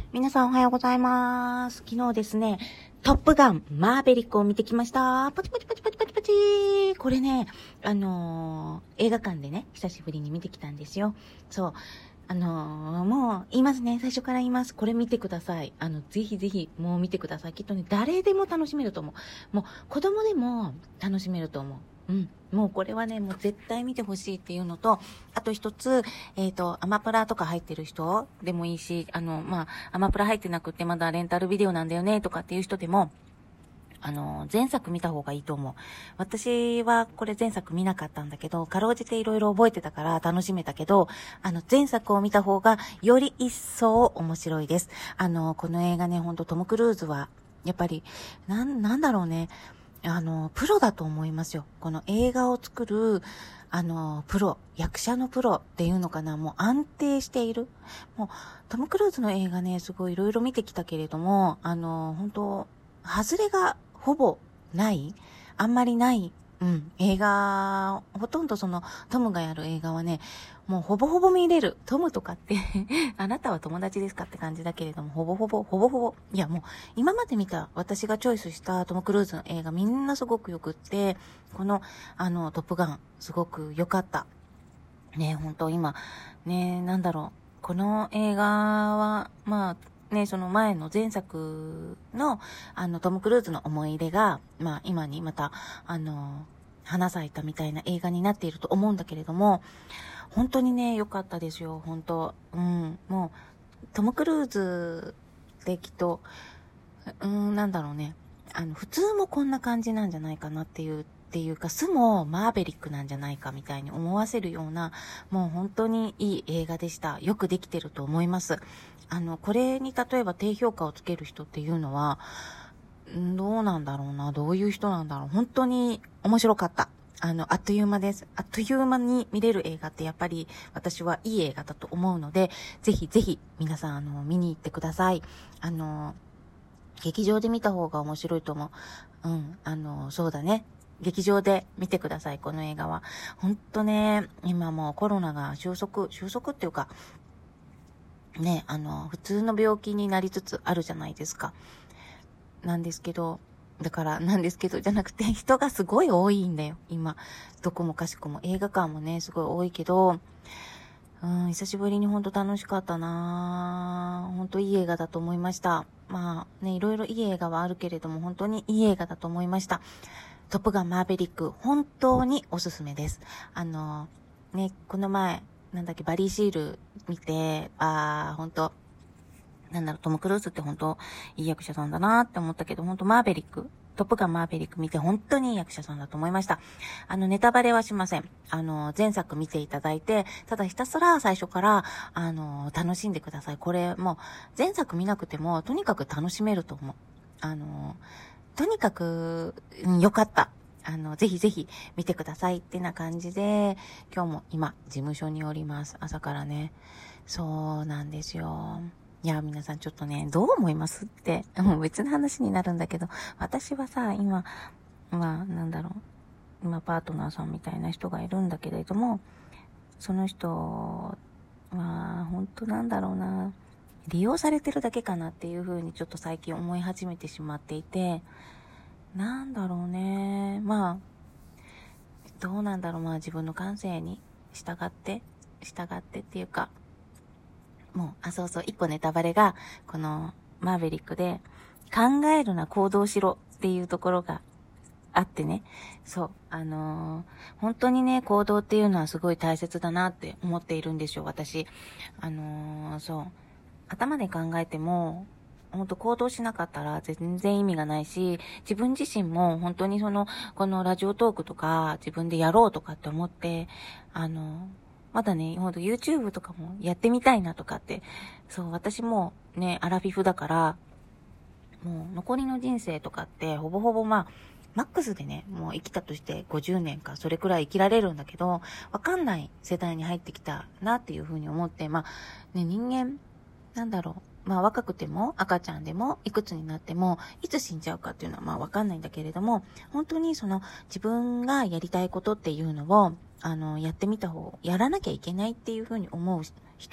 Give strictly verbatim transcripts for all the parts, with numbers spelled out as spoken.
皆さんおはようございます。昨日ですね、トップガンマーベリックを見てきました。パチパチパチパチパチパチ。これね、あのー、映画館でね、久しぶりに見てきたんですよ。そう。あのー、もう言いますね。最初から言います。これ見てください。あの、ぜひぜひもう見てください。きっとね、誰でも楽しめると思う。もう子供でも楽しめると思う。うん。もうこれはね、もう絶対見てほしいっていうのと、あと一つ、えっと、アマプラとか入ってる人でもいいし、あの、まあ、アマプラ入ってなくってまだレンタルビデオなんだよねとかっていう人でも、あの、前作見た方がいいと思う。私はこれ前作見なかったんだけど、かろうじていろいろ覚えてたから楽しめたけど、あの、前作を見た方がより一層面白いです。あの、この映画ね、ほんとトム・クルーズは、やっぱり、なん、なんだろうね。あの、プロだと思いますよ。この映画を作る、あの、プロ、役者のプロっていうのかな、もう安定している。もう、トム・クルーズの映画ね、すごいいろいろ見てきたけれども、あの、本当外れがほぼない、あんまりない、うん、映画、ほとんどその、トムがやる映画はね、もうほぼほぼ見れる。トムとかってあなたは友達ですかって感じだけれども、ほぼほぼ、ほぼほぼ。いやもう、今まで見た、私がチョイスしたトム・クルーズの映画みんなすごくよくって、この、あの、トップガン、すごく良かった。ね、本当今、ね、なんだろう。この映画は、まあ、ね、その前の前作の、あの、トム・クルーズの思い出が、まあ、今にまた、あの、花咲いたみたいな映画になっていると思うんだけれども、本当にね、良かったですよ、本当。うん、もう、トム・クルーズってきっと、うん、なんだろうね。あの、普通もこんな感じなんじゃないかなっていう、っていうか、素もマーベリックなんじゃないかみたいに思わせるような、もう本当にいい映画でした。よくできてると思います。あの、これに例えば低評価をつける人っていうのは、どうなんだろうな、どういう人なんだろう。本当に面白かった。あの、あっという間です。あっという間に見れる映画ってやっぱり私はいい映画だと思うので、ぜひぜひ皆さん、あの、見に行ってください。あの、劇場で見た方が面白いと思う。うん、あの、そうだね。劇場で見てください、この映画は。ほんとね、今もうコロナが収束、収束っていうか、ね、あの、普通の病気になりつつあるじゃないですか。なんですけど、だから、なんですけど、じゃなくて、人がすごい多いんだよ、今。どこもかしこも。映画館もね、すごい多いけど、うん、久しぶりにほんと楽しかったなぁ。ほんといい映画だと思いました。まあね、いろいろいい映画はあるけれども、本当にいい映画だと思いました。トップガンマーベリック、本当におすすめです。あの、ね、この前、なんだっけ、バリーシール見て、あー、ほんと、なんだろう、トム・クルーズって本当いい役者さんだなって思ったけど、本当マーベリック、トップガンマーベリック見て本当にいい役者さんだと思いました。あの、ネタバレはしません。あの、前作見ていただいて、ただひたすら最初から、あの、楽しんでください。これもう、前作見なくても、とにかく楽しめると思う。あの、とにかく、うん、よかった。あの、ぜひぜひ見てくださいってな感じで、今日も今、事務所におります。朝からね。そうなんですよ。いや、皆さんちょっとね、どう思いますって、もう別の話になるんだけど、私はさ、今、まあ、なんだろう、今パートナーさんみたいな人がいるんだけれども、その人は、本当なんだろうな、利用されてるだけかなっていう風にちょっと最近思い始めてしまっていて、なんだろうね、まあ、どうなんだろう、まあ自分の感性に従って、従ってっていうか、もう、あ、そうそう、一個ネタバレが、この、マーベリックで、考えるな行動しろっていうところがあってね。そう、あのー、本当にね、行動っていうのはすごい大切だなって思っているんですよ、私。あのー、そう、頭で考えても、本当行動しなかったら全然意味がないし、自分自身も本当にその、このラジオトークとか自分でやろうとかって思って、あのー、まだね、ほんと YouTube とかもやってみたいなとかって、そう、私もね、アラフィフだから、もう残りの人生とかって、ほぼほぼまあ、マックスでね、もう生きたとしてごじゅうねんか、それくらい生きられるんだけど、わかんない世代に入ってきたなっていうふうに思って、まあ、ね、人間、なんだろう、まあ若くても赤ちゃんでもいくつになってもいつ死んじゃうかっていうのはまあわかんないんだけれども、本当にその自分がやりたいことっていうのをあのやってみた方、やらなきゃいけないっていうふうに思う人っ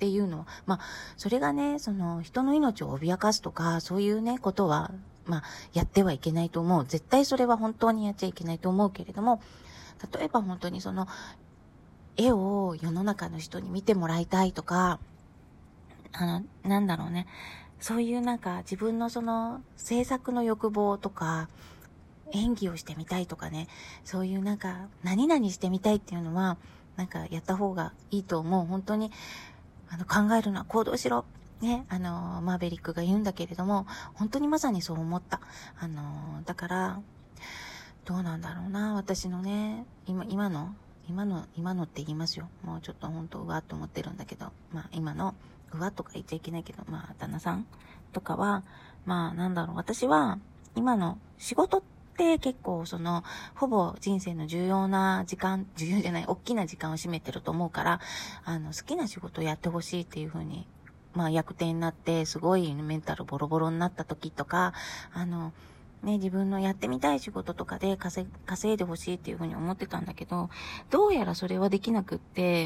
っていうのは、まあ、それがね、その人の命を脅かすとか、そういうね、ことは、まあ、やってはいけないと思う。絶対それは本当にやっちゃいけないと思うけれども、例えば本当にその、絵を世の中の人に見てもらいたいとか、あの、なんだろうね、そういうなんか自分のその制作の欲望とか、演技をしてみたいとかね、そういうなんか何々してみたいっていうのは、なんかやった方がいいと思う。本当に、あの考えるのは行動しろ。ね、あの、マーベリックが言うんだけれども、本当にまさにそう思った。あの、だから、どうなんだろうな、私のね、今、今の、今の、今のって言いますよ。もうちょっと本当うわっと思ってるんだけど、まあ今の、うわとか言っちゃいけないけど、まあ旦那さんとかは、まあなんだろう、私は、今の仕事って結構その、ほぼ人生の重要な時間、重要じゃない、大きな時間を占めてると思うから、あの、好きな仕事をやってほしいっていう風に、まあ役手になって、すごいメンタルボロボロになった時とか、あの、ね、自分のやってみたい仕事とかで稼稼いでほしいっていうふうに思ってたんだけど、どうやらそれはできなくって、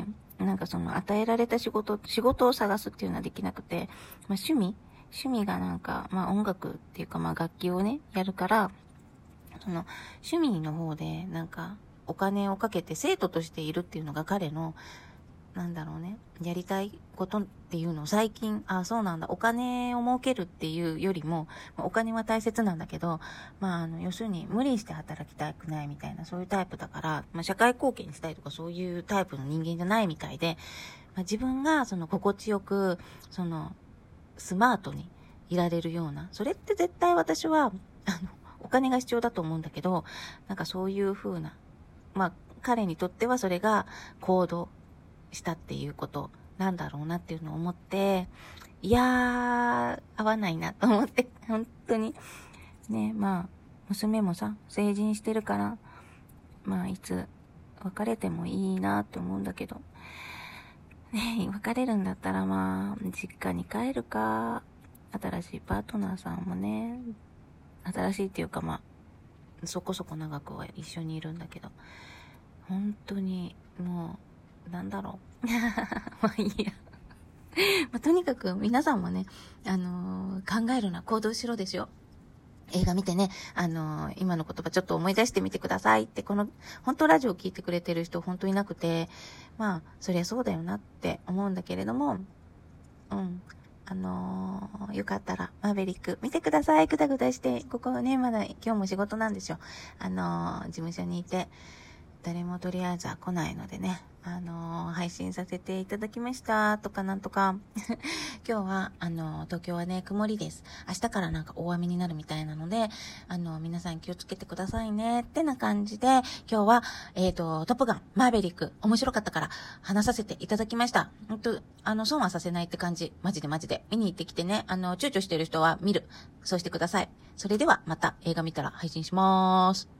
なんかその与えられた仕事、仕事を探すっていうのはできなくて、まあ趣味趣味がなんか、まあ音楽っていうかまあ楽器をね、やるから、その趣味の方でなんかお金をかけて生徒としているっていうのが彼の、なんだろうね、やりたいことっていうのを最近、あ、そうなんだ、お金を儲けるっていうよりも、お金は大切なんだけど、まあ、あの、要するに無理して働きたくないみたいな、そういうタイプだから、まあ、社会貢献したいとかそういうタイプの人間じゃないみたいで、まあ、自分がその心地よく、その、スマートにいられるような、それって絶対私は、あの、お金が必要だと思うんだけど、なんかそういう風な、まあ、彼にとってはそれが行動、したっていうことなんだろうなっていうのを思って、いやー、合わないなと思って、本当に。ね、まあ、娘もさ、成人してるから、まあ、いつ別れてもいいなって思うんだけど、ね、別れるんだったらまあ、実家に帰るか、新しいパートナーさんもね、新しいっていうかまあ、そこそこ長くは一緒にいるんだけど、本当にもう、なんだろう。まあいいや。まあ、とにかく皆さんもね、あのー、考えるな、行動しろですよ。映画見てね、あのー、今の言葉ちょっと思い出してみてくださいって、この、本当ラジオ聞いてくれてる人本当いなくて、まあ、そりゃそうだよなって思うんだけれども、うん。あのー、よかったら、マーベリック見てください。ぐだぐだして、ここね、まだ今日も仕事なんですよ。あのー、事務所にいて、誰もとりあえずは来ないのでね、あのー、配信させていただきましたとかなんとか今日はあのー、東京はね曇りです。明日からなんか大雨になるみたいなので、あのー、皆さん気をつけてくださいねってな感じで、今日はえっとトップガンマーベリック面白かったから話させていただきました。本当あの損はさせないって感じ、マジでマジで見に行ってきてね、あの躊躇してる人は見る、そうしてください。それではまた映画見たら配信します。